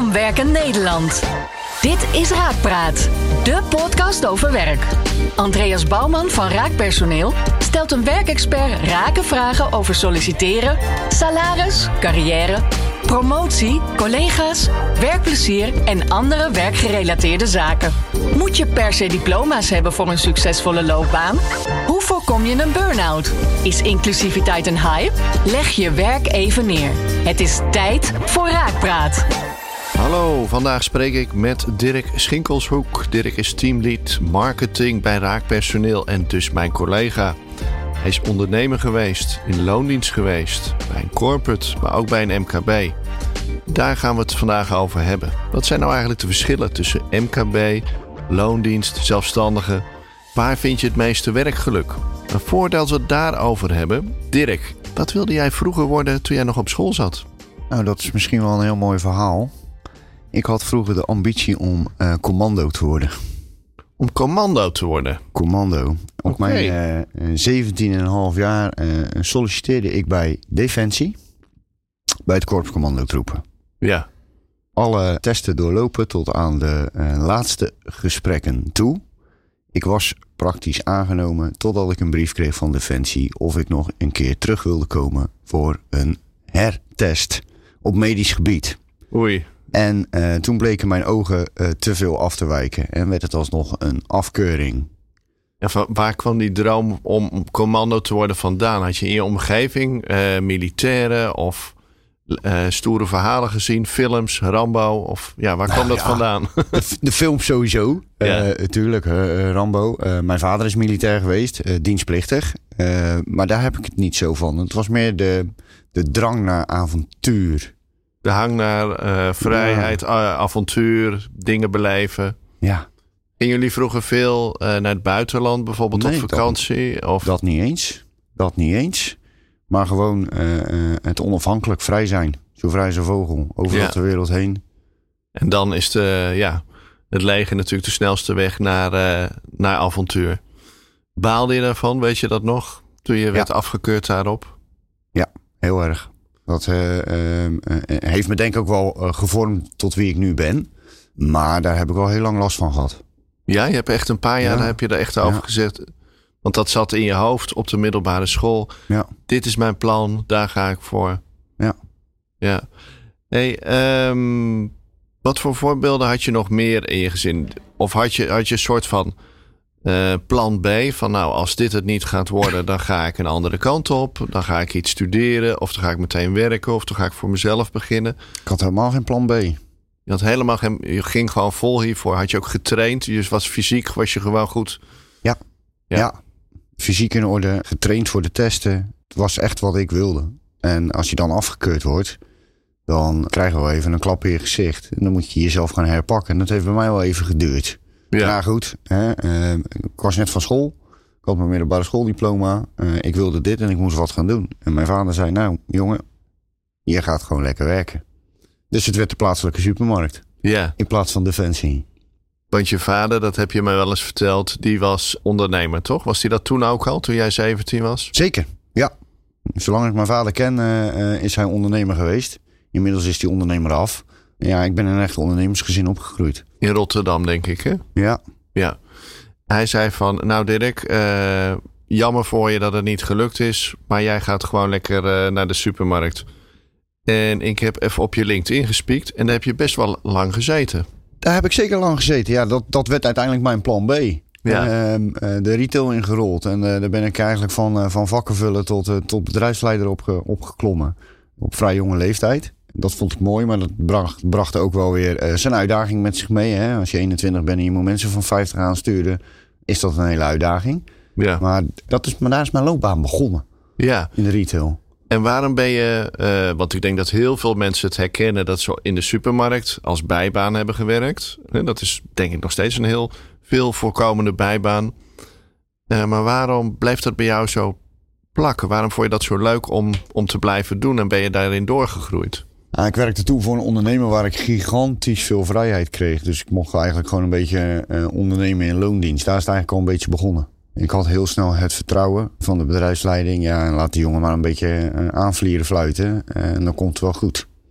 Omwerken Nederland. Dit is Raakpraat, de podcast over werk. Andreas Bouwman van Raakpersoneel stelt een werkexpert rake vragen over solliciteren, salaris, carrière, promotie, collega's, werkplezier en andere werkgerelateerde zaken. Moet je per se diploma's hebben voor een succesvolle loopbaan? Hoe voorkom je een burn-out? Is inclusiviteit een hype? Leg je werk even neer. Het is tijd voor Raakpraat. Hallo, vandaag spreek ik met Dirk Schinkelshoek. Dirk is teamlead marketing bij Raakpersoneel en dus mijn collega. Hij is ondernemer geweest, in loondienst geweest, bij een corporate, maar ook bij een MKB. Daar gaan we het vandaag over hebben. Wat zijn nou eigenlijk de verschillen tussen MKB, loondienst, zelfstandigen? Waar vind je het meeste werkgeluk? En voordat we het daarover hebben, Dirk, wat wilde jij vroeger worden toen jij nog op school zat? Nou, dat is misschien wel een heel mooi verhaal. Ik had vroeger de ambitie om commando te worden. Om commando te worden? Commando. Op mijn 17,5 jaar solliciteerde ik bij Defensie. Bij het Korps Commandotroepen. Ja. Alle testen doorlopen tot aan de laatste gesprekken toe. Ik was praktisch aangenomen totdat ik een brief kreeg van Defensie of ik nog een keer terug wilde komen voor een hertest op medisch gebied. Oei. En toen bleken mijn ogen te veel af te wijken en werd het alsnog een afkeuring. En waar kwam die droom om commando te worden vandaan? Had je in je omgeving militairen of stoere verhalen gezien? Films, Rambo? Of ja, waar kwam dat vandaan? De film sowieso. Ja. Tuurlijk, Rambo. Mijn vader is militair geweest, dienstplichtig. Maar daar heb ik het niet zo van. Het was meer de drang naar avontuur. De hang naar vrijheid, avontuur, dingen beleven. Ja. Gingen jullie vroeger veel naar het buitenland, bijvoorbeeld op vakantie? Dat niet eens. Maar gewoon het onafhankelijk vrij zijn. Zo vrij als een vogel. Overal ter wereld heen. En dan is het leger natuurlijk de snelste weg naar avontuur. Baalde je daarvan? Weet je dat nog? Toen je werd afgekeurd daarop? Ja, heel erg. Dat heeft me denk ik ook wel gevormd tot wie ik nu ben. Maar daar heb ik wel heel lang last van gehad. Ja, je hebt echt een paar jaar heb je er echt over gezegd. Want dat zat in je hoofd op de middelbare school. Ja. Dit is mijn plan, daar ga ik voor. Ja. Hey, wat voor voorbeelden had je nog meer in je gezin? Of had je een soort van plan B? Van nou, als dit het niet gaat worden, dan ga ik een andere kant op. Dan ga ik iets studeren. Of dan ga ik meteen werken. Of dan ga ik voor mezelf beginnen. Ik had helemaal geen plan B. Je ging gewoon vol hiervoor. Had je ook getraind? Dus fysiek was je gewoon goed? Ja. Fysiek in orde. Getraind voor de testen. Het was echt wat ik wilde. En als je dan afgekeurd wordt, dan krijg je wel even een klap in je gezicht. En dan moet je jezelf gaan herpakken. En dat heeft bij mij wel even geduurd. Ja, nou goed. Ik was net van school. Ik had mijn middelbare schooldiploma. Ik wilde dit en ik moest wat gaan doen. En mijn vader zei, nou jongen, je gaat gewoon lekker werken. Dus het werd de plaatselijke supermarkt. Ja. In plaats van Defensie. Want je vader, dat heb je mij wel eens verteld, die was ondernemer, toch? Was die dat toen ook al, toen jij 17 was? Zeker, ja. Zolang ik mijn vader ken, is hij ondernemer geweest. Inmiddels is hij ondernemer af. Ja, ik ben in een echt ondernemersgezin opgegroeid. In Rotterdam, denk ik, hè? Ja. Hij zei van, nou Dirk, jammer voor je dat het niet gelukt is, maar jij gaat gewoon lekker naar de supermarkt. En ik heb even op je LinkedIn gespiekt en daar heb je best wel lang gezeten. Daar heb ik zeker lang gezeten. Ja, dat werd uiteindelijk mijn plan B. Ja. De retail ingerold. En daar ben ik eigenlijk van vakkenvullen tot bedrijfsleider opgeklommen. Op vrij jonge leeftijd. Dat vond ik mooi, maar dat bracht ook wel weer zijn uitdaging met zich mee. Hè? Als je 21 bent en je moet mensen van 50 aansturen, is dat een hele uitdaging. Ja. Maar daar is mijn loopbaan begonnen. Ja. In de retail. En waarom ben je, want ik denk dat heel veel mensen het herkennen, dat ze in de supermarkt als bijbaan hebben gewerkt. Dat is denk ik nog steeds een heel veel voorkomende bijbaan. Maar waarom blijft dat bij jou zo plakken? Waarom vond je dat zo leuk om te blijven doen en ben je daarin doorgegroeid? Ik werkte toen voor een ondernemer waar ik gigantisch veel vrijheid kreeg. Dus ik mocht eigenlijk gewoon een beetje ondernemen in loondienst. Daar is het eigenlijk al een beetje begonnen. Ik had heel snel het vertrouwen van de bedrijfsleiding. Ja, en laat die jongen maar een beetje aanvlieren fluiten. En dan komt het wel goed.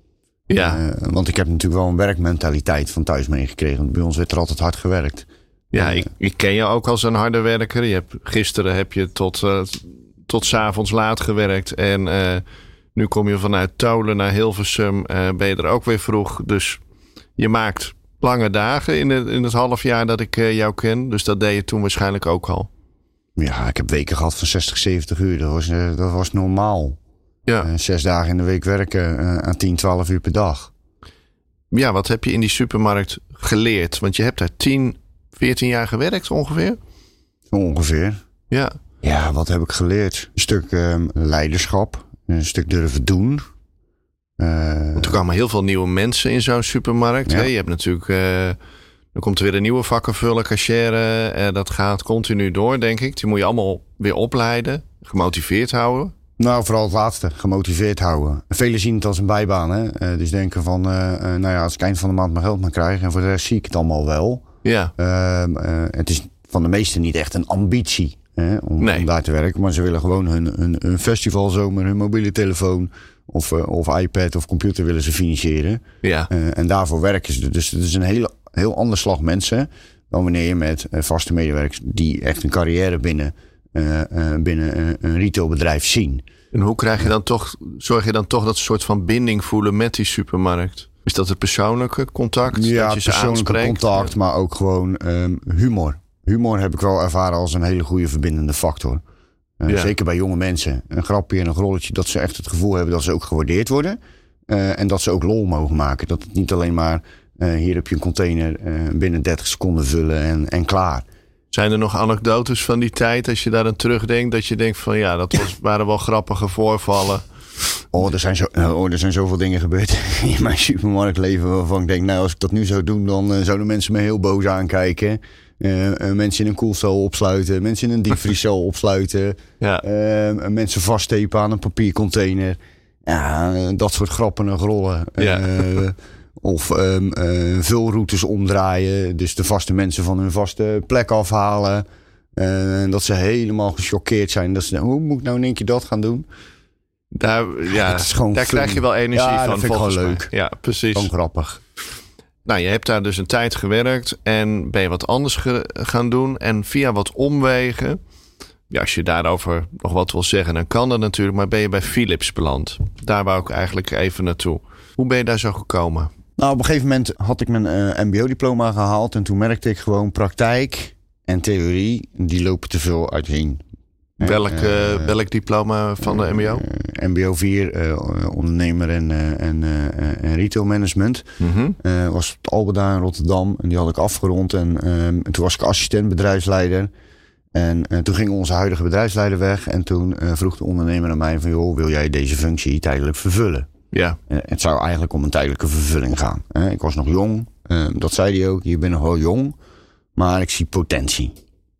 Ja. Want ik heb natuurlijk wel een werkmentaliteit van thuis meegekregen. Want bij ons werd er altijd hard gewerkt. Ja, ik ken je ook als een harde werker. Gisteren heb je tot 's avonds laat gewerkt. En nu kom je vanuit Tolen naar Hilversum. Ben je er ook weer vroeg. Dus je maakt lange dagen in het half jaar dat ik jou ken. Dus dat deed je toen waarschijnlijk ook al. Ja, ik heb weken gehad van 60, 70 uur. Dat was normaal. Ja. 6 dagen in de week werken aan 10, 12 uur per dag. Ja, wat heb je in die supermarkt geleerd? Want je hebt daar 10, 14 jaar gewerkt ongeveer? Ongeveer. Ja. Ja, wat heb ik geleerd? Een stuk leiderschap. Een stuk durven doen. Want er kwamen heel veel nieuwe mensen in zo'n supermarkt. Ja. Hè? Je hebt natuurlijk... dan komt er weer een nieuwe vakkenvuller, cashier. Dat gaat continu door, denk ik. Die moet je allemaal weer opleiden. Gemotiveerd houden. Nou, vooral het laatste. Gemotiveerd houden. Velen zien het als een bijbaan. Hè? Dus denken van... als ik eind van de maand mijn geld mag krijgen... en voor de rest zie ik het allemaal wel. Ja. Het is van de meesten niet echt een ambitie... om daar te werken. Maar ze willen gewoon hun festivalzomer... hun mobiele telefoon... Of iPad of computer willen ze financieren. Ja. En daarvoor werken ze. Dus het is een heel ander slag mensen... dan wanneer je met vaste medewerkers... die echt een carrière binnen een retailbedrijf zien. En hoe zorg je dan toch dat soort van binding voelen met die supermarkt? Is dat het persoonlijke contact? Ja, dat je ze persoonlijke aanspreekt? Contact, maar ook gewoon humor. Humor heb ik wel ervaren als een hele goede verbindende factor. Zeker bij jonge mensen. Een grapje en een rolletje, dat ze echt het gevoel hebben dat ze ook gewaardeerd worden. En dat ze ook lol mogen maken. Dat het niet alleen maar, hier heb je een container binnen 30 seconden vullen en klaar. Zijn er nog anekdotes van die tijd, als je daar aan terugdenkt, dat je denkt van ja, waren wel grappige voorvallen? Er zijn zoveel dingen gebeurd in mijn supermarktleven waarvan ik denk, nou, als ik dat nu zou doen, dan zouden mensen me heel boos aankijken. Mensen in een koelcel opsluiten, mensen in een diepvriescel opsluiten, mensen vasttepen aan een papiercontainer. Ja, dat soort grappen en grollen. Ja. Of vulroutes omdraaien. Dus de vaste mensen van hun vaste plek afhalen. Dat ze helemaal gechoqueerd zijn. Dat ze denken, hoe moet ik nou in één keer dat gaan doen? Daar krijg je wel energie van. Dat vind ik gewoon leuk. Ja, precies. Gewoon grappig. Nou, je hebt daar dus een tijd gewerkt. En ben je wat anders gaan doen. En via wat omwegen. Ja, als je daarover nog wat wil zeggen, dan kan dat natuurlijk. Maar ben je bij Philips beland. Daar wou ik eigenlijk even naartoe. Hoe ben je daar zo gekomen? Nou, op een gegeven moment had ik mijn mbo-diploma gehaald. En toen merkte ik gewoon praktijk en theorie, die lopen te veel uiteen. Welk diploma van de mbo? mbo 4, ondernemer en retail management. Mm-hmm. Was op Albeda in Rotterdam. En die had ik afgerond. En toen was ik assistent bedrijfsleider. En toen ging onze huidige bedrijfsleider weg. En toen vroeg de ondernemer aan mij van, joh, wil jij deze functie tijdelijk vervullen? Ja. Het zou eigenlijk om een tijdelijke vervulling gaan. Ik was nog jong. Dat zei hij ook. Je bent nog wel jong. Maar ik zie potentie.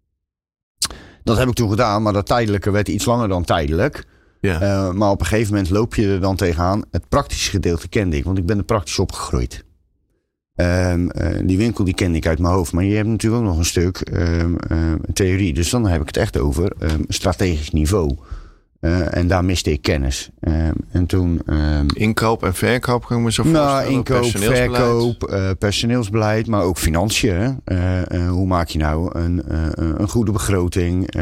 Dat heb ik toen gedaan. Maar dat tijdelijke werd iets langer dan tijdelijk. Ja. Maar op een gegeven moment loop je er dan tegenaan. Het praktische gedeelte kende ik. Want ik ben er praktisch opgegroeid. Die winkel die kende ik uit mijn hoofd. Maar je hebt natuurlijk ook nog een stuk theorie. Dus dan heb ik het echt over strategisch niveau. En daar miste ik kennis. En toen, inkoop en verkoop kan ik me zo voorstellen. Nou, inkoop, verkoop, personeelsbeleid, maar ook financiën. Hoe maak je nou een goede begroting?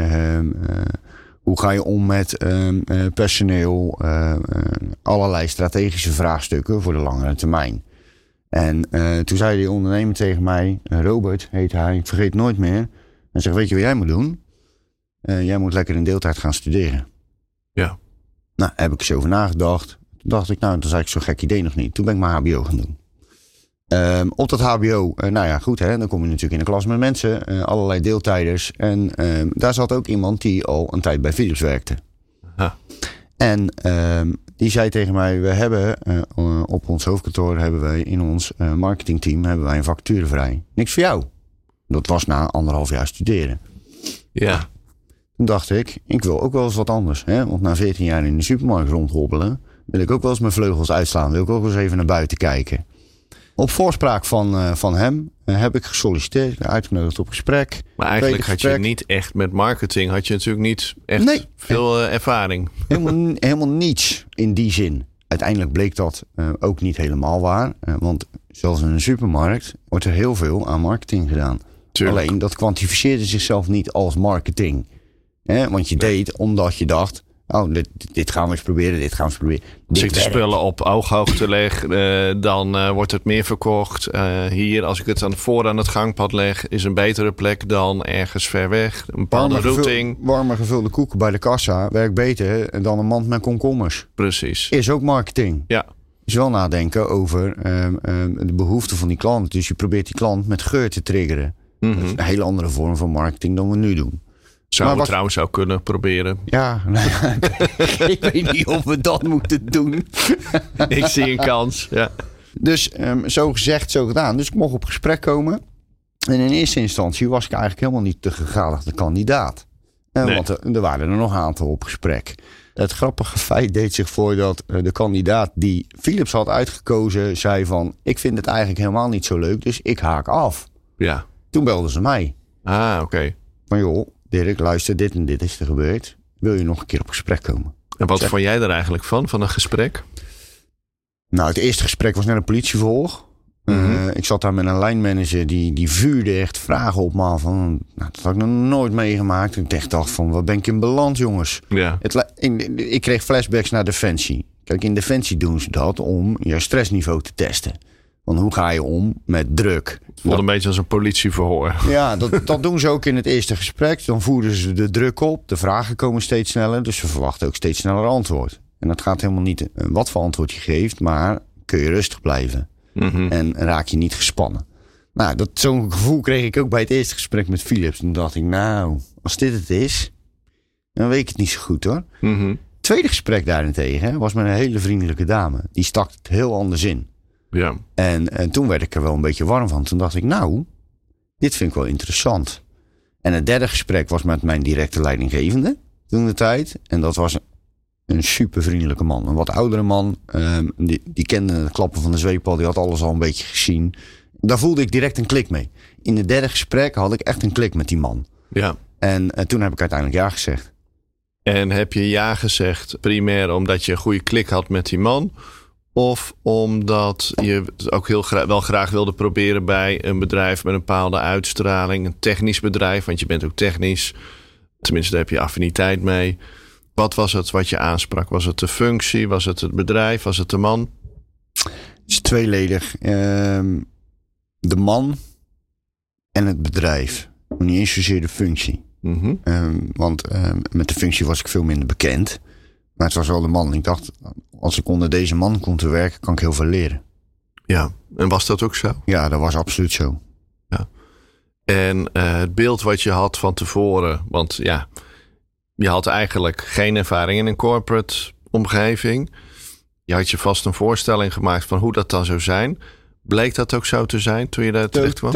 Hoe ga je om met personeel? Allerlei strategische vraagstukken voor de langere termijn. En toen zei die ondernemer tegen mij, Robert heet hij, ik vergeet nooit meer. Hij zegt, weet je wat jij moet doen? Jij moet lekker in deeltijd gaan studeren. Ja. Nou, heb ik eens over nagedacht. Toen dacht ik, nou, dat is eigenlijk zo'n gek idee nog niet. Toen ben ik mijn hbo gaan doen. Op dat hbo, nou ja, goed, hè, dan kom je natuurlijk in de klas met mensen. Allerlei deeltijders. En daar zat ook iemand die al een tijd bij Philips werkte. Ha. En die zei tegen mij, we hebben op ons hoofdkantoor, hebben wij in ons marketingteam, hebben wij een vacature vrij. Niks voor jou. Dat was na 1,5 jaar studeren. Ja. Toen dacht ik wil ook wel eens wat anders. Hè? Want na 14 jaar in de supermarkt rondhobbelen, wil ik ook wel eens mijn vleugels uitslaan. Wil ik ook wel eens even naar buiten kijken. Op voorspraak van hem heb ik gesolliciteerd, uitgenodigd op gesprek. Maar eigenlijk had je niet echt met marketing, had je natuurlijk niet echt veel ervaring. Helemaal niets in die zin. uiteindelijk bleek dat ook niet helemaal waar. Want zelfs in een supermarkt wordt er heel veel aan marketing gedaan. Tuurlijk. Alleen dat kwantificeerde zichzelf niet als marketing. Want je deed omdat je dacht... dit gaan we eens proberen, dit gaan we eens proberen. Als ik de spullen op ooghoogte leg, dan wordt het meer verkocht. Hier, als ik het aan het gangpad leg, is een betere plek dan ergens ver weg. Een bepaalde routing. Warme gevulde koeken bij de kassa werkt beter dan een mand met komkommers. Precies. Is ook marketing. Ja. Dus wel nadenken over de behoeften van die klant. Dus je probeert die klant met geur te triggeren. Dat is een hele andere vorm van marketing dan we nu doen. Trouwens zou kunnen proberen. Ja, ik weet niet of we dat moeten doen. Ik zie een kans, ja. Dus zo gezegd, zo gedaan. Dus ik mocht op gesprek komen. En in eerste instantie was ik eigenlijk helemaal niet de gegadigde kandidaat. Nee. Want er waren er nog een aantal op gesprek. Het grappige feit deed zich voor dat de kandidaat die Philips had uitgekozen zei van... ik vind het eigenlijk helemaal niet zo leuk, dus ik haak af. Ja. Toen belden ze mij. Oké. Van joh, Dirk, luister, dit en dit is er gebeurd. Wil je nog een keer op gesprek komen? En wat vond jij er eigenlijk van een gesprek? Nou, het eerste gesprek was net een politieverhoor. Ik zat daar met een lijnmanager die vuurde echt vragen op me af. Dat had ik nog nooit meegemaakt. En ik dacht van, waar ben ik in beland, jongens? Ja. Ik kreeg flashbacks naar Defensie. Kijk, in Defensie doen ze dat om je stressniveau te testen. Want hoe ga je om met druk? Het voelt een beetje als een politieverhoor. Ja, dat doen ze ook in het eerste gesprek. Dan voeren ze de druk op. De vragen komen steeds sneller. Dus ze verwachten ook steeds sneller antwoord. En dat gaat helemaal niet wat voor antwoord je geeft. Maar kun je rustig blijven. En raak je niet gespannen. Nou, zo'n gevoel kreeg ik ook bij het eerste gesprek met Philips. Toen dacht ik, nou, als dit het is, dan weet ik het niet zo goed hoor. Het tweede gesprek daarentegen was met een hele vriendelijke dame. Die stak het heel anders in. Ja. En toen werd ik er wel een beetje warm van. Toen dacht ik, nou, dit vind ik wel interessant. En het derde gesprek was met mijn directe leidinggevende toen de tijd. En dat was een super vriendelijke man. Een wat oudere man. Die kende het klappen van de zweep al. Die had alles al een beetje gezien. Daar voelde ik direct een klik mee. In het derde gesprek had ik echt een klik met die man. Ja. En toen heb ik uiteindelijk ja gezegd. En heb je ja gezegd primair omdat je een goede klik had met die man? Of omdat je het ook wel graag wilde proberen bij een bedrijf met een bepaalde uitstraling. Een technisch bedrijf, want je bent ook technisch. Tenminste, daar heb je affiniteit mee. Wat was het wat je aansprak? Was het de functie? Was het het bedrijf? Was het de man? Het is tweeledig. De man en het bedrijf. Niet eens zozeer de functie. Want met de functie was ik veel minder bekend. Maar het was wel de man. Ik dacht, als ik onder deze man kon te werken, kan ik heel veel leren. Ja, en was dat ook zo? Ja, dat was absoluut zo. Ja. En het beeld wat je had van tevoren, want ja, je had eigenlijk geen ervaring in een corporate omgeving. Je had je vast een voorstelling gemaakt van hoe dat dan zou zijn. Bleek dat ook zo te zijn toen je daar terecht kwam?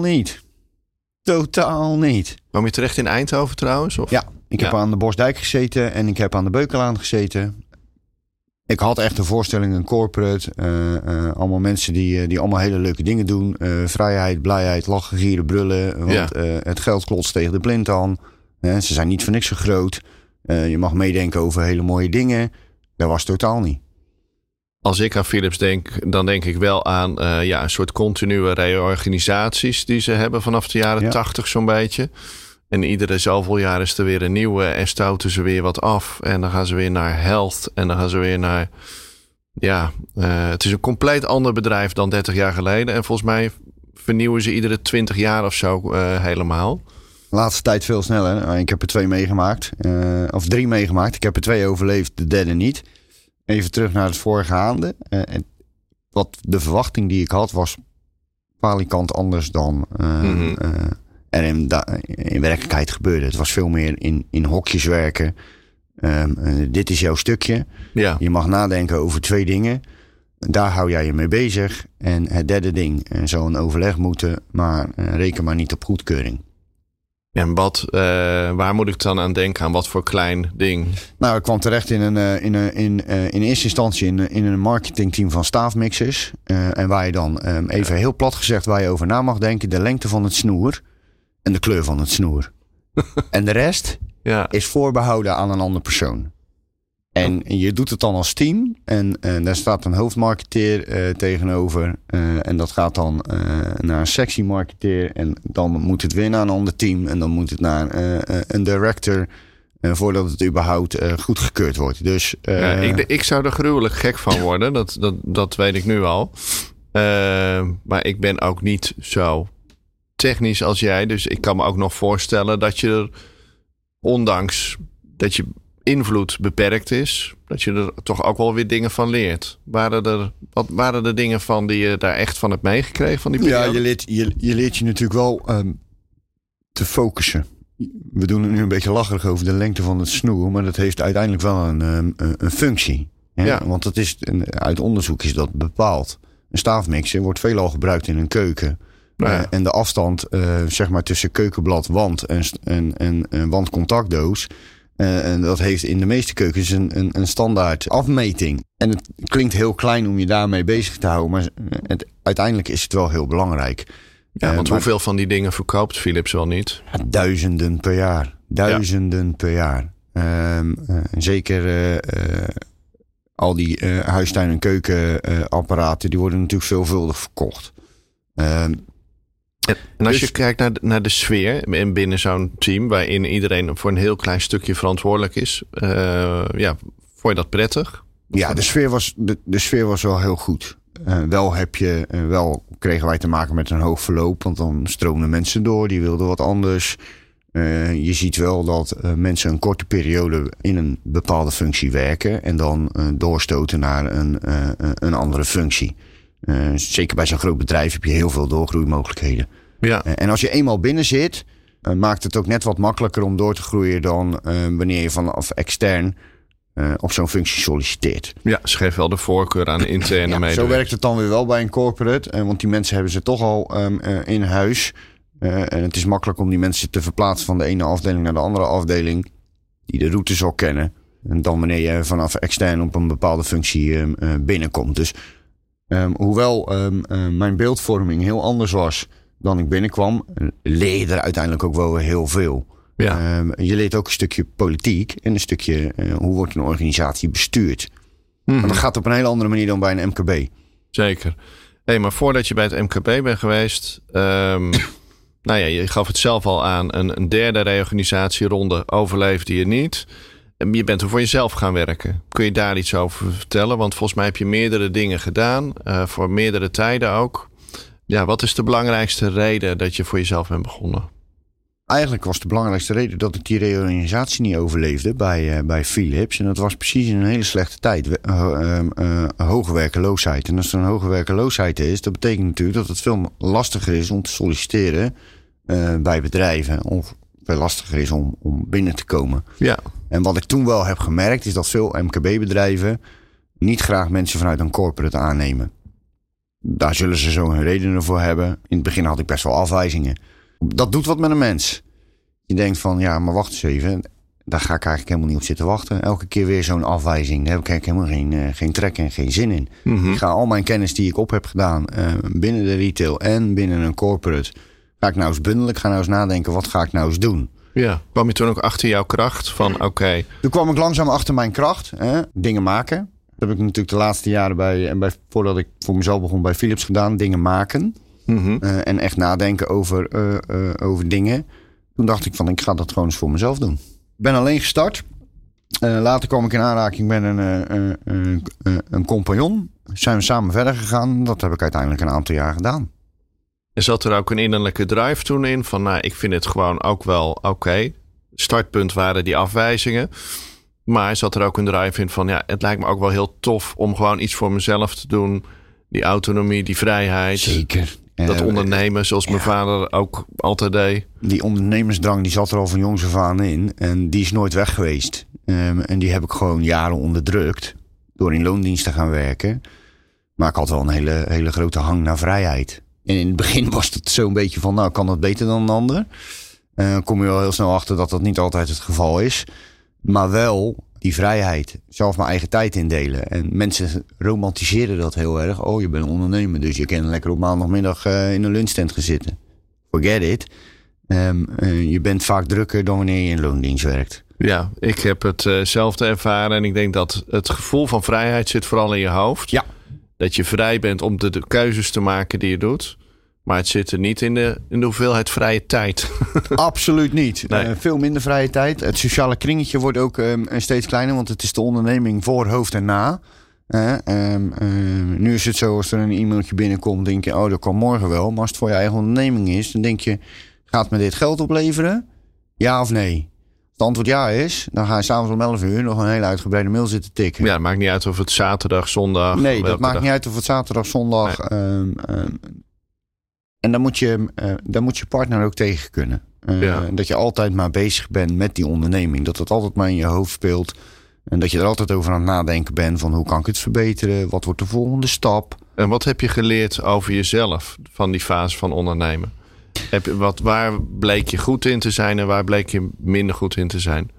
Totaal niet. Kwam je terecht in Eindhoven trouwens? Of? Ja, ik heb aan de Bosdijk gezeten en ik heb aan de Beukelaan gezeten. Ik had echt een voorstelling, een corporate. Allemaal mensen die allemaal hele leuke dingen doen. Vrijheid, blijheid, lachen, gieren, brullen. Want het geld klotst tegen de plint aan. Ze zijn niet voor niks zo groot. Je mag meedenken over hele mooie dingen. Dat was totaal niet. Als ik aan Philips denk, dan denk ik wel aan een soort continue reorganisaties die ze hebben vanaf de jaren 80 zo'n beetje. En iedere zoveel jaar is er weer een nieuwe en stouten ze weer wat af. En dan gaan ze weer naar health en dan gaan ze weer naar... het is een compleet ander bedrijf dan 30 jaar geleden. En volgens mij vernieuwen ze iedere 20 jaar of zo helemaal. De laatste tijd veel sneller. Ik heb er 2 meegemaakt. Of 3 meegemaakt. Ik heb er 2 overleefd, de derde niet. Even terug naar het voorgaande. Wat de verwachting die ik had was palikant anders dan er in werkelijkheid gebeurde. Het was veel meer in hokjes werken. Dit is jouw stukje. Ja. Je mag nadenken over 2 dingen. Daar hou jij je mee bezig. En het derde ding zou een overleg moeten, maar reken maar niet op goedkeuring. En waar moet ik dan aan denken? Aan wat voor klein ding? Nou, ik kwam terecht in eerste instantie in een marketingteam van staafmixers. En waar je dan, even heel plat gezegd, waar je over na mag denken. De lengte van het snoer en de kleur van het snoer. En de rest is voorbehouden aan een andere persoon. En je doet het dan als team. En daar staat een hoofdmarketeer tegenover. En dat gaat dan naar een sectiemarketeer. En dan moet het weer naar een ander team. En dan moet het naar een director. Voordat het überhaupt goedgekeurd wordt. Dus, ik zou er gruwelijk gek van worden. Dat weet ik nu al. Maar ik ben ook niet zo technisch als jij. Dus ik kan me ook nog voorstellen dat je er, ondanks dat je invloed beperkt is, dat je er toch ook wel weer dingen van leert. Wat waren er dingen van die je daar echt van hebt meegekregen van die periode? Ja, je leert je natuurlijk wel te focussen. We doen het nu een beetje lacherig over de lengte van het snoer, maar dat heeft uiteindelijk wel een functie. Hè? Ja. Want dat is, uit onderzoek is dat bepaald. Een staafmixer wordt veelal gebruikt in een keuken. Ja. En de afstand zeg maar tussen keukenbladwand en wandcontactdoos, en dat heeft in de meeste keukens een standaard afmeting. En het klinkt heel klein om je daarmee bezig te houden, maar uiteindelijk is het wel heel belangrijk. Ja, want hoeveel van die dingen verkoopt Philips wel niet? Duizenden per jaar. Per jaar. Zeker al die huistuin- en keukenapparaten, die worden natuurlijk veelvuldig verkocht. En als je kijkt naar de sfeer binnen zo'n team, waarin iedereen voor een heel klein stukje verantwoordelijk is, vond je dat prettig? Ja, de sfeer was wel heel goed. Wel kregen wij te maken met een hoog verloop, want dan stroomden mensen door, die wilden wat anders. Je ziet wel dat mensen een korte periode in een bepaalde functie werken en dan doorstoten naar een andere functie. Zeker bij zo'n groot bedrijf heb je heel veel doorgroeimogelijkheden. Ja. En als je eenmaal binnen zit, maakt het ook net wat makkelijker om door te groeien dan wanneer je vanaf extern op zo'n functie solliciteert. Ja, ze geven wel de voorkeur aan interne medewerkers. Zo werkt het dan weer wel bij een corporate. Want die mensen hebben ze toch al in huis. En het is makkelijk om die mensen te verplaatsen van de ene afdeling naar de andere afdeling, die de routes al kennen. En dan wanneer je vanaf extern op een bepaalde functie binnenkomt. Dus hoewel mijn beeldvorming heel anders was dan ik binnenkwam, leer je er uiteindelijk ook wel heel veel. Ja. Je leert ook een stukje politiek en een stukje hoe wordt een organisatie bestuurd. Mm-hmm. Maar dat gaat op een hele andere manier dan bij een MKB. Zeker. Hey, maar voordat je bij het MKB bent geweest, je gaf het zelf al aan, een derde reorganisatieronde overleefde je niet. Je bent er voor jezelf gaan werken. Kun je daar iets over vertellen? Want volgens mij heb je meerdere dingen gedaan, voor meerdere tijden ook. Ja, wat is de belangrijkste reden dat je voor jezelf bent begonnen? Eigenlijk was de belangrijkste reden dat ik die reorganisatie niet overleefde bij Philips. En dat was precies in een hele slechte tijd. Hoge werkeloosheid. En als er een hoge werkeloosheid is, dat betekent natuurlijk dat het veel lastiger is om te solliciteren bij bedrijven. Of veel lastiger is om binnen te komen. Ja. En wat ik toen wel heb gemerkt is dat veel MKB-bedrijven niet graag mensen vanuit een corporate aannemen. Daar zullen ze zo hun redenen voor hebben. In het begin had ik best wel afwijzingen. Dat doet wat met een mens. Je denkt van, ja, maar wacht eens even. Daar ga ik eigenlijk helemaal niet op zitten wachten. Elke keer weer zo'n afwijzing. Daar heb ik eigenlijk helemaal geen trek en geen zin in. Mm-hmm. Ik ga al mijn kennis die ik op heb gedaan binnen de retail en binnen een corporate, ga ik nou eens bundelen. Ik ga nou eens nadenken, wat ga ik nou eens doen? Ja, kwam je toen ook achter jouw kracht? Oké. Toen kwam ik langzaam achter mijn kracht. Dingen maken. Dat heb ik natuurlijk de laatste jaren voordat ik voor mezelf begon bij Philips gedaan. Dingen maken. Mm-hmm. En echt nadenken over dingen. Toen dacht ik van, ik ga dat gewoon eens voor mezelf doen. Ik ben alleen gestart. Later kwam ik in aanraking met een compagnon. Zijn we samen verder gegaan. Dat heb ik uiteindelijk een aantal jaar gedaan. En zat er ook een innerlijke drive toen in? Van, ik vind het gewoon ook wel oké. Startpunt waren die afwijzingen. Maar zat er ook een drive in van, het lijkt me ook wel heel tof om gewoon iets voor mezelf te doen. Die autonomie, die vrijheid. Zeker. Dat ondernemen, zoals mijn vader ook altijd deed. Die ondernemersdrang, die zat er al van jongs af aan in. En die is nooit weg geweest. En die heb ik gewoon jaren onderdrukt. Door in loondienst te gaan werken. Maar ik had wel een hele grote hang naar vrijheid. En in het begin was het zo'n beetje van, kan dat beter dan een ander? Kom je wel heel snel achter dat dat niet altijd het geval is. Maar wel die vrijheid. Zelf mijn eigen tijd indelen. En mensen romantiseren dat heel erg. Oh, je bent een ondernemer, dus je kan lekker op maandagmiddag in een lunchstand gaan zitten. Forget it. Je bent vaak drukker dan wanneer je in loondienst werkt. Ja, ik heb hetzelfde ervaren. En ik denk dat het gevoel van vrijheid zit vooral in je hoofd. Ja. Dat je vrij bent om de keuzes te maken die je doet. Maar het zit er niet in de hoeveelheid vrije tijd. Absoluut niet. Nee. Veel minder vrije tijd. Het sociale kringetje wordt ook steeds kleiner. Want het is de onderneming voor, hoofd en na. Nu is het zo, als er een e-mailtje binnenkomt, denk je, dat kan morgen wel. Maar als het voor je eigen onderneming is, dan denk je, gaat me dit geld opleveren? Ja of nee? Als het antwoord ja is, dan ga je s'avonds om 11 uur nog een hele uitgebreide mail zitten tikken. Ja, het maakt niet uit of het zaterdag, zondag... Nee, dat maakt niet uit of het zaterdag, zondag... Nee. En dan moet je partner ook tegen kunnen. Dat je altijd maar bezig bent met die onderneming. Dat het altijd maar in je hoofd speelt. En dat je er altijd over aan het nadenken bent van hoe kan ik het verbeteren? Wat wordt de volgende stap? En wat heb je geleerd over jezelf van die fase van ondernemen? Waar bleek je goed in te zijn en waar bleek je minder goed in te zijn?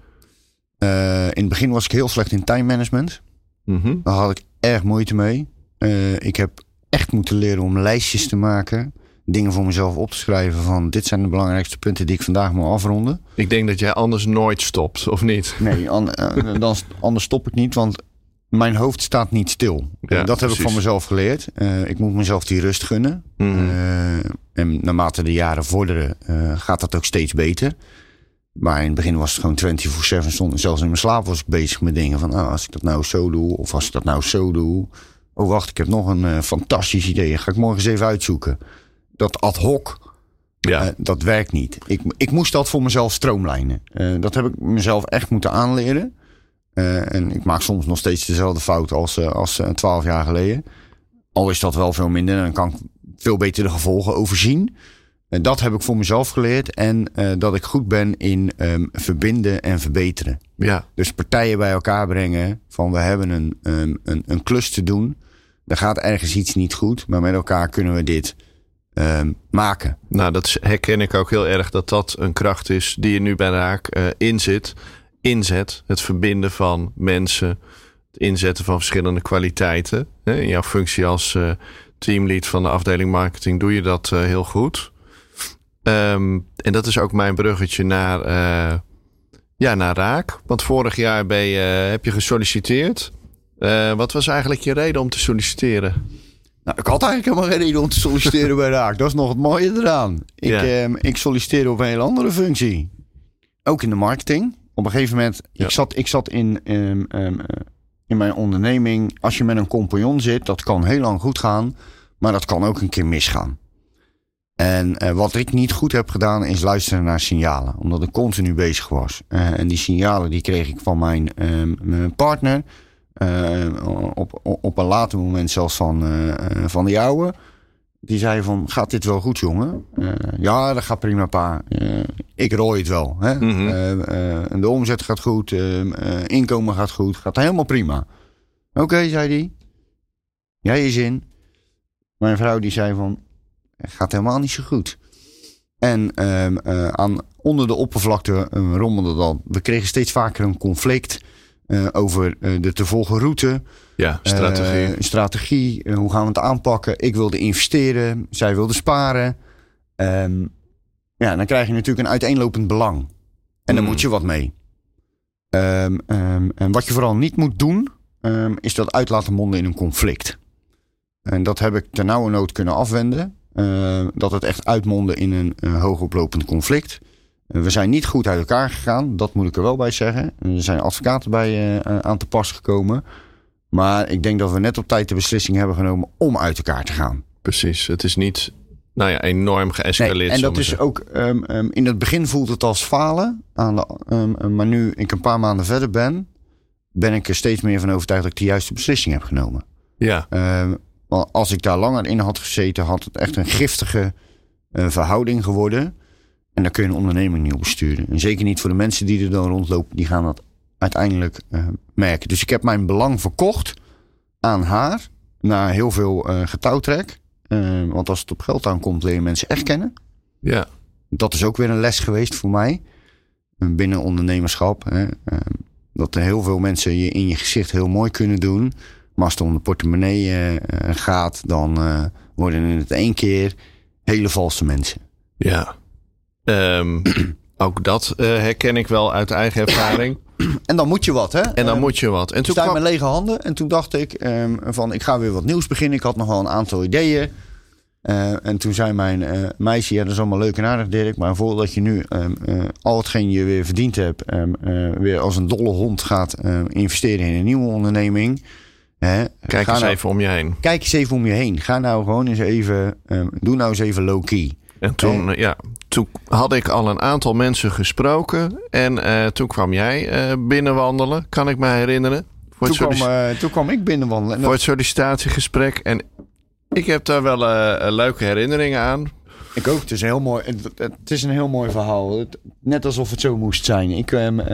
In het begin was ik heel slecht in time management. Mm-hmm. Daar had ik erg moeite mee. Ik heb echt moeten leren om lijstjes te maken. Dingen voor mezelf op te schrijven van dit zijn de belangrijkste punten die ik vandaag moet afronden. Ik denk dat jij anders nooit stopt, of niet? Nee, anders stop ik niet, want mijn hoofd staat niet stil. Ja, dat heb ik van mezelf geleerd. Ik moet mezelf die rust gunnen. Mm-hmm. En naarmate de jaren vorderen gaat dat ook steeds beter. Maar in het begin was het gewoon 24/7. Zelfs in mijn slaap was ik bezig met dingen van als ik dat nou zo doe of als ik dat nou zo doe. Oh wacht, ik heb nog een fantastisch idee. Ga ik morgen eens even uitzoeken. Dat ad hoc, dat werkt niet. Ik moest dat voor mezelf stroomlijnen. Dat heb ik mezelf echt moeten aanleren. En ik maak soms nog steeds dezelfde fout als 12 jaar geleden. Al is dat wel veel minder. En dan kan ik veel beter de gevolgen overzien. Dat heb ik voor mezelf geleerd. En dat ik goed ben in verbinden en verbeteren. Ja. Dus partijen bij elkaar brengen. Van we hebben een klus te doen. Er gaat ergens iets niet goed. Maar met elkaar kunnen we dit maken. Nou, dat herken ik ook heel erg. Dat een kracht is die je nu bij Raak inzet. Het verbinden van mensen. Het inzetten van verschillende kwaliteiten. In jouw functie als teamlead van de afdeling marketing doe je dat heel goed. En dat is ook mijn bruggetje naar Raak. Want vorig jaar heb je gesolliciteerd. Wat was eigenlijk je reden om te solliciteren? Nou, ik had eigenlijk helemaal geen reden om te solliciteren bij Raak. Dat is nog het mooie eraan. Ik solliciteerde op een hele andere functie. Ook in de marketing. Op een gegeven moment, ik zat in mijn onderneming. Als je met een compagnon zit, dat kan heel lang goed gaan. Maar dat kan ook een keer misgaan. En wat ik niet goed heb gedaan is luisteren naar signalen. Omdat ik continu bezig was. En die signalen die kreeg ik van mijn partner. Op een later moment zelfs van die ouwe. Die zei van, gaat dit wel goed, jongen? Ja, dat gaat prima, pa. Ik rooi het wel. Hè? Mm-hmm. De omzet gaat goed. Inkomen gaat goed. Gaat helemaal prima. Oké, zei hij. Jij je zin. Mijn vrouw die zei van, het gaat helemaal niet zo goed. En onder de oppervlakte rommelde dat. We kregen steeds vaker een conflict over de te volgen route. Ja, strategie. Hoe gaan we het aanpakken? Ik wilde investeren. Zij wilde sparen. Dan krijg je natuurlijk een uiteenlopend belang. En daar moet je wat mee. En wat je vooral niet moet doen, is dat uit laten monden in een conflict. En dat heb ik ternauwernood kunnen afwenden. Dat het echt uitmondde in een hoogoplopend conflict. We zijn niet goed uit elkaar gegaan. Dat moet ik er wel bij zeggen. Er zijn advocaten bij aan te pas gekomen. Maar ik denk dat we net op tijd de beslissing hebben genomen om uit elkaar te gaan. Precies. Het is niet enorm geëscaleerd. Nee, en dat is ook... in het begin voelt het als falen. Maar nu ik een paar maanden verder ben ik er steeds meer van overtuigd dat ik de juiste beslissing heb genomen. Ja. Want als ik daar langer in had gezeten, had het echt een giftige verhouding geworden. En daar kun je een onderneming niet op besturen. En zeker niet voor de mensen die er dan rondlopen. Die gaan dat uiteindelijk merken. Dus ik heb mijn belang verkocht aan haar. Na heel veel getouwtrek. Want als het op geld aankomt, leer je mensen echt kennen. Ja. Dat is ook weer een les geweest voor mij. Binnen ondernemerschap. Dat er heel veel mensen je in je gezicht heel mooi kunnen doen. Maar als het om de portemonnee gaat, dan worden het 1 keer hele valse mensen. Ja. Ook dat herken ik wel uit eigen ervaring. En dan moet je wat, hè? En dan moet je wat. En toen sta ik met lege handen. En toen dacht ik ik ga weer wat nieuws beginnen. Ik had nog wel een aantal ideeën. En toen zei mijn meisje, ja, dat is allemaal leuk en aardig, Dirk. Maar voordat je nu al hetgeen je weer verdiend hebt... weer als een dolle hond gaat investeren in een nieuwe onderneming... Kijk eens even om je heen. Kijk eens even om je heen. Ga nou gewoon eens even... doe nou eens even low-key. En toen had ik al een aantal mensen gesproken. En toen kwam jij binnenwandelen, kan ik me herinneren. Toen kwam ik binnenwandelen. Voor het sollicitatiegesprek. En ik heb daar wel leuke herinneringen aan. Ik ook. Het is een heel mooi verhaal. Net alsof het zo moest zijn. Ik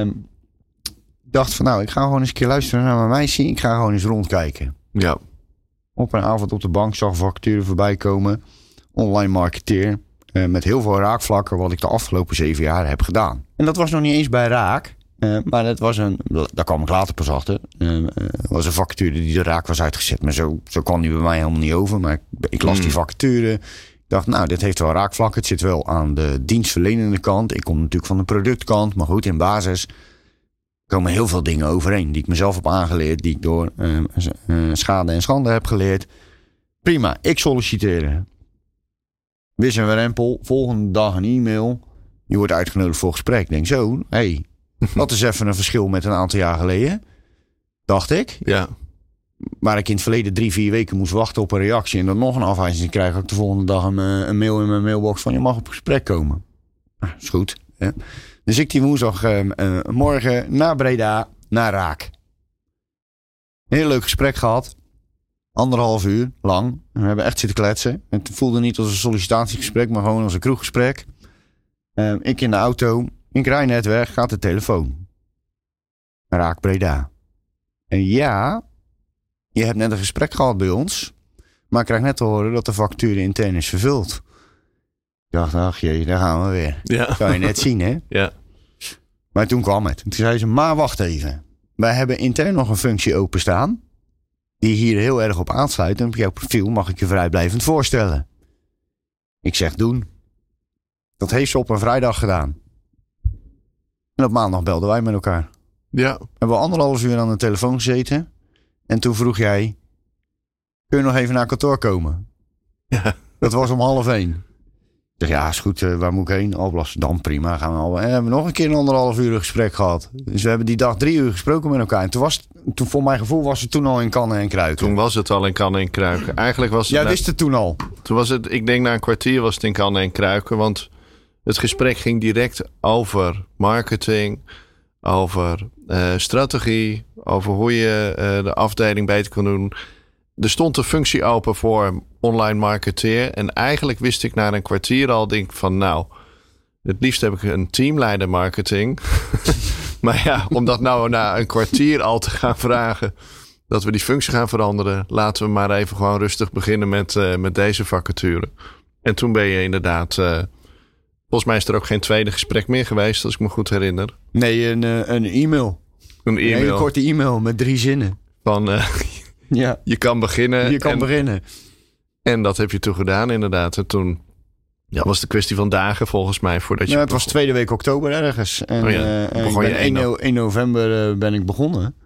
dacht van ik ga gewoon eens een keer luisteren naar mijn meisje. Ik ga gewoon eens rondkijken. Ja. Op een avond op de bank zag vacature voorbij komen. Online marketeer. Met heel veel raakvlakken wat ik de afgelopen 7 jaar heb gedaan. En dat was nog niet eens bij Raak. Maar dat was daar kwam ik later pas achter. Was een vacature die de Raak was uitgezet. Maar zo kwam die bij mij helemaal niet over. Maar ik las die vacature. Ik dacht, dit heeft wel raakvlakken. Het zit wel aan de dienstverlenende kant. Ik kom natuurlijk van de productkant. Maar goed, in basis komen heel veel dingen overeen. Die ik mezelf heb aangeleerd. Die ik door schade en schande heb geleerd. Prima, ik solliciteerde. Wis en rempel, volgende dag een e-mail. Je wordt uitgenodigd voor gesprek. Ik denk zo, dat is even een verschil met een aantal jaar geleden. Dacht ik. Ja. Waar ik in het verleden 3-4 weken moest wachten op een reactie. En dan nog een afwijzing krijg. Had ik de volgende dag een mail in mijn mailbox van je mag op gesprek komen. Is goed. Hè? Dus ik die woensdag morgen naar Breda, naar Raak. Een heel leuk gesprek gehad. 1,5 uur lang. We hebben echt zitten kletsen. Het voelde niet als een sollicitatiegesprek, maar gewoon als een kroeggesprek. Ik in de auto. Ik rij net weg. Gaat de telefoon. Raak Breda. En ja, je hebt net een gesprek gehad bij ons. Maar ik krijg net te horen dat de vacature intern is vervuld. Ik dacht, ach jee, daar gaan we weer. Ja. Kan je net zien, hè? Ja. Maar toen kwam het. Toen zei ze, maar wacht even. Wij hebben intern nog een functie openstaan. Die hier heel erg op aansluit. En op jouw profiel mag ik je vrijblijvend voorstellen. Ik zeg doen. Dat heeft ze op een vrijdag gedaan. En op maandag belden wij met elkaar. Ja. Hebben we 1,5 uur aan de telefoon gezeten. En toen vroeg jij, kun je nog even naar kantoor komen? Ja. Dat was om 12:30. Ik zeg, ja, is goed. Waar moet ik heen? Alblasserdam, prima. Gaan we al. En hebben we nog een keer een 1,5 uur gesprek gehad. Dus we hebben die dag 3 uur gesproken met elkaar. En toen voor mijn gevoel was het toen al in kannen en kruiken. Toen was het al in kannen en kruiken. Eigenlijk was het... Jij wist het toen al? Toen was het, ik denk na een kwartier was het in kannen en kruiken. Want het gesprek ging direct over marketing, over strategie, over hoe je de afdeling beter kan doen. Er stond een functie open voor online marketeer. En eigenlijk wist ik na een kwartier al, denk van het liefst heb ik een teamleider marketing. Maar ja, om dat nou na een kwartier al te gaan vragen dat we die functie gaan veranderen. Laten we maar even gewoon rustig beginnen met deze vacature. En toen ben je inderdaad... volgens mij is er ook geen tweede gesprek meer geweest, als ik me goed herinner. Nee, een e-mail. Een hele korte e-mail met 3 zinnen. Van... ja. Je kan beginnen. Je kan beginnen. En dat heb je toen gedaan inderdaad. En toen was het een kwestie van dagen volgens mij voordat je... het was tweede week oktober ergens. En, begon je 1 november ben ik begonnen.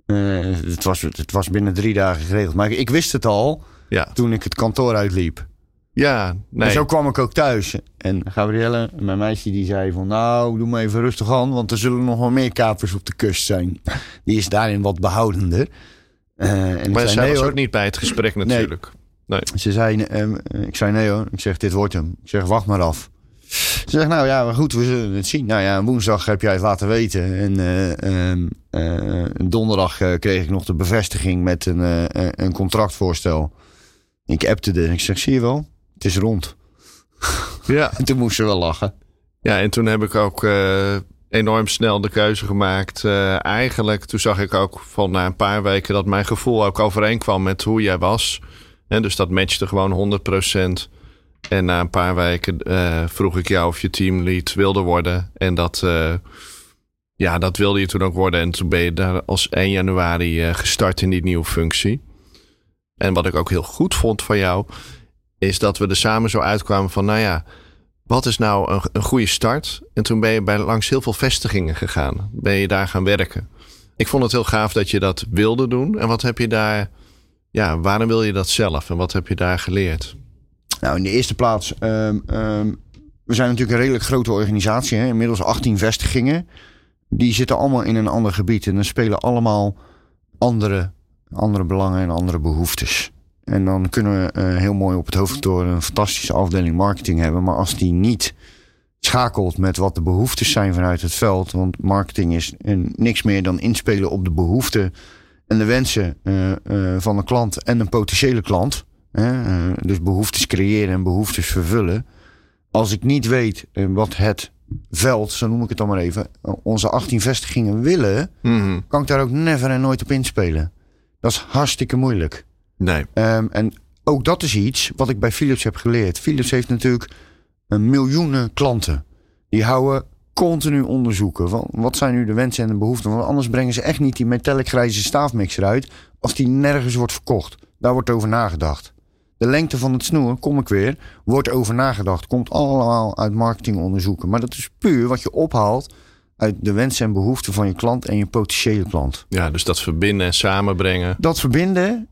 Het was binnen 3 dagen geregeld. Maar ik wist het al toen ik het kantoor uitliep. Ja, nee. En zo kwam ik ook thuis. En Gabrielle, mijn meisje, die zei van... doe maar even rustig aan, want er zullen nog wel meer kapers op de kust zijn. Die is daarin wat behoudender. Maar zij was ook niet bij het gesprek natuurlijk. Nee. Ze zei, ik zei nee hoor. Ik zeg, dit wordt hem. Ik zeg, wacht maar af. Ze zegt, maar goed, we zullen het zien. Woensdag heb jij het laten weten. En donderdag kreeg ik nog de bevestiging met een contractvoorstel. Ik appte en ik zeg, zie je wel, het is rond. Ja. En toen moest ze wel lachen. Ja, en toen heb ik ook enorm snel de keuze gemaakt. Eigenlijk, toen zag ik ook van na een paar weken dat mijn gevoel ook overeenkwam met hoe jij was. En dus dat matchte gewoon 100%. En na een paar weken vroeg ik jou of je teamlead wilde worden. En dat wilde je toen ook worden. En toen ben je daar als 1 januari gestart in die nieuwe functie. En wat ik ook heel goed vond van jou, is dat we er samen zo uitkwamen van, Wat is nou een goede start? En toen ben je langs heel veel vestigingen gegaan. Ben je daar gaan werken. Ik vond het heel gaaf dat je dat wilde doen. En wat heb je daar... Ja, waarom wil je dat zelf? En wat heb je daar geleerd? Nou, in de eerste plaats... we zijn natuurlijk een redelijk grote organisatie. Hè? Inmiddels 18 vestigingen. Die zitten allemaal in een ander gebied. En dan spelen allemaal andere belangen en andere behoeftes. En dan kunnen we heel mooi op het hoofdkantoor een fantastische afdeling marketing hebben. Maar als die niet schakelt met wat de behoeftes zijn vanuit het veld. Want marketing is niks meer dan inspelen op de behoeften en de wensen van een klant en een potentiële klant. Dus behoeftes creëren en behoeftes vervullen. Als ik niet weet wat het veld, zo noem ik het dan maar even, onze 18 vestigingen willen, kan ik daar ook never en nooit op inspelen. Dat is hartstikke moeilijk. Nee. En ook dat is iets wat ik bij Philips heb geleerd. Philips heeft natuurlijk miljoenen klanten. Die houden continu onderzoeken. Wat zijn nu de wensen en de behoeften? Want anders brengen ze echt niet die metallic grijze staafmixer uit als die nergens wordt verkocht. Daar wordt over nagedacht. De lengte van het snoer, kom ik weer, wordt over nagedacht. Komt allemaal uit marketingonderzoeken. Maar dat is puur wat je ophaalt uit de wensen en behoeften van je klant en je potentiële klant. Ja, dus dat verbinden en samenbrengen. Dat verbinden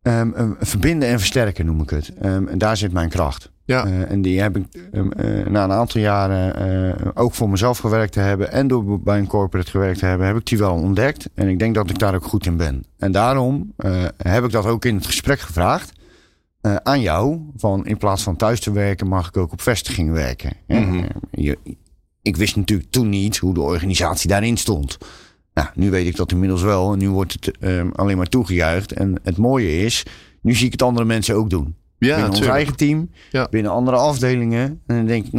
en versterken noem ik het. En daar zit mijn kracht. Ja. En die heb ik na een aantal jaren ook voor mezelf gewerkt te hebben en door bij een corporate gewerkt te hebben, heb ik die wel ontdekt. En ik denk dat ik daar ook goed in ben. En daarom heb ik dat ook in het gesprek gevraagd aan jou. Van in plaats van thuis te werken mag ik ook op vestiging werken. Mm-hmm. Ik wist natuurlijk toen niet hoe de organisatie daarin stond. Nou, nu weet ik dat inmiddels wel. En nu wordt het alleen maar toegejuicht. En het mooie is, nu zie ik het andere mensen ook doen. Ja, binnen ons eigen team, binnen andere afdelingen. En dan denk ik,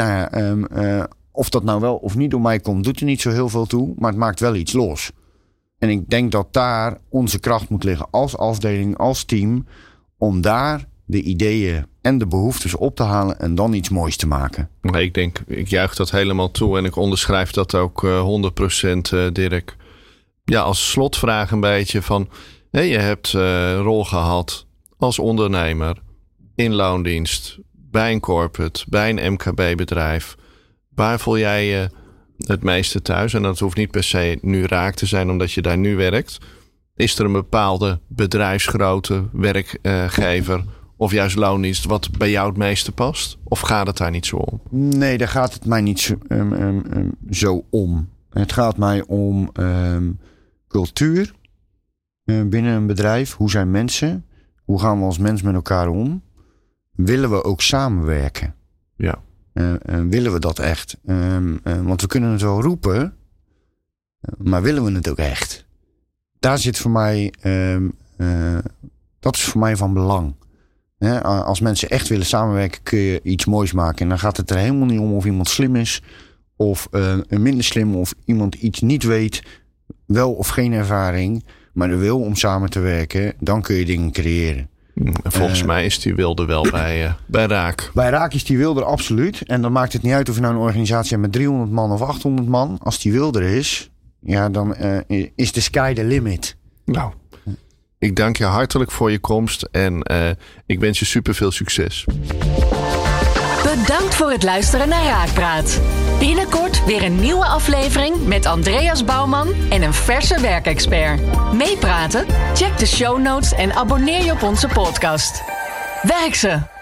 of dat nou wel of niet door mij komt, doet er niet zo heel veel toe. Maar het maakt wel iets los. En ik denk dat daar onze kracht moet liggen als afdeling, als team. Om daar de ideeën en de behoeftes op te halen en dan iets moois te maken. Ik juich dat helemaal toe en ik onderschrijf dat ook 100%, Dirk. Ja, als slotvraag een beetje van, je hebt een rol gehad als ondernemer in loondienst, bij een corporate, bij een MKB-bedrijf. Waar voel jij je het meeste thuis? En dat hoeft niet per se nu raak te zijn omdat je daar nu werkt. Is er een bepaalde bedrijfsgrootte, werkgever of juist loondienst wat bij jou het meeste past? Of gaat het daar niet zo om? Nee, daar gaat het mij niet zo om. Het gaat mij om cultuur binnen een bedrijf. Hoe zijn mensen? Hoe gaan we als mens met elkaar om? Willen we ook samenwerken? Ja. Willen we dat echt? Want we kunnen het wel roepen, maar willen we het ook echt? Daar zit voor mij, dat is voor mij van belang. Als mensen echt willen samenwerken, kun je iets moois maken. En dan gaat het er helemaal niet om of iemand slim is of minder slim, of iemand iets niet weet, wel of geen ervaring, maar de wil om samen te werken, dan kun je dingen creëren. Volgens mij is die wilde wel bij Raak. Bij Raak is die wilde er absoluut. En dan maakt het niet uit of je nou een organisatie hebt met 300 man of 800 man. Als die wilde er is, ja, dan is de sky the limit. Nou, ik dank je hartelijk voor je komst en ik wens je super veel succes. Bedankt voor het luisteren naar Raakpraat. Binnenkort weer een nieuwe aflevering met Andreas Bouwman en een verse werkexpert. Meepraten? Check de show notes en abonneer je op onze podcast. Werk ze!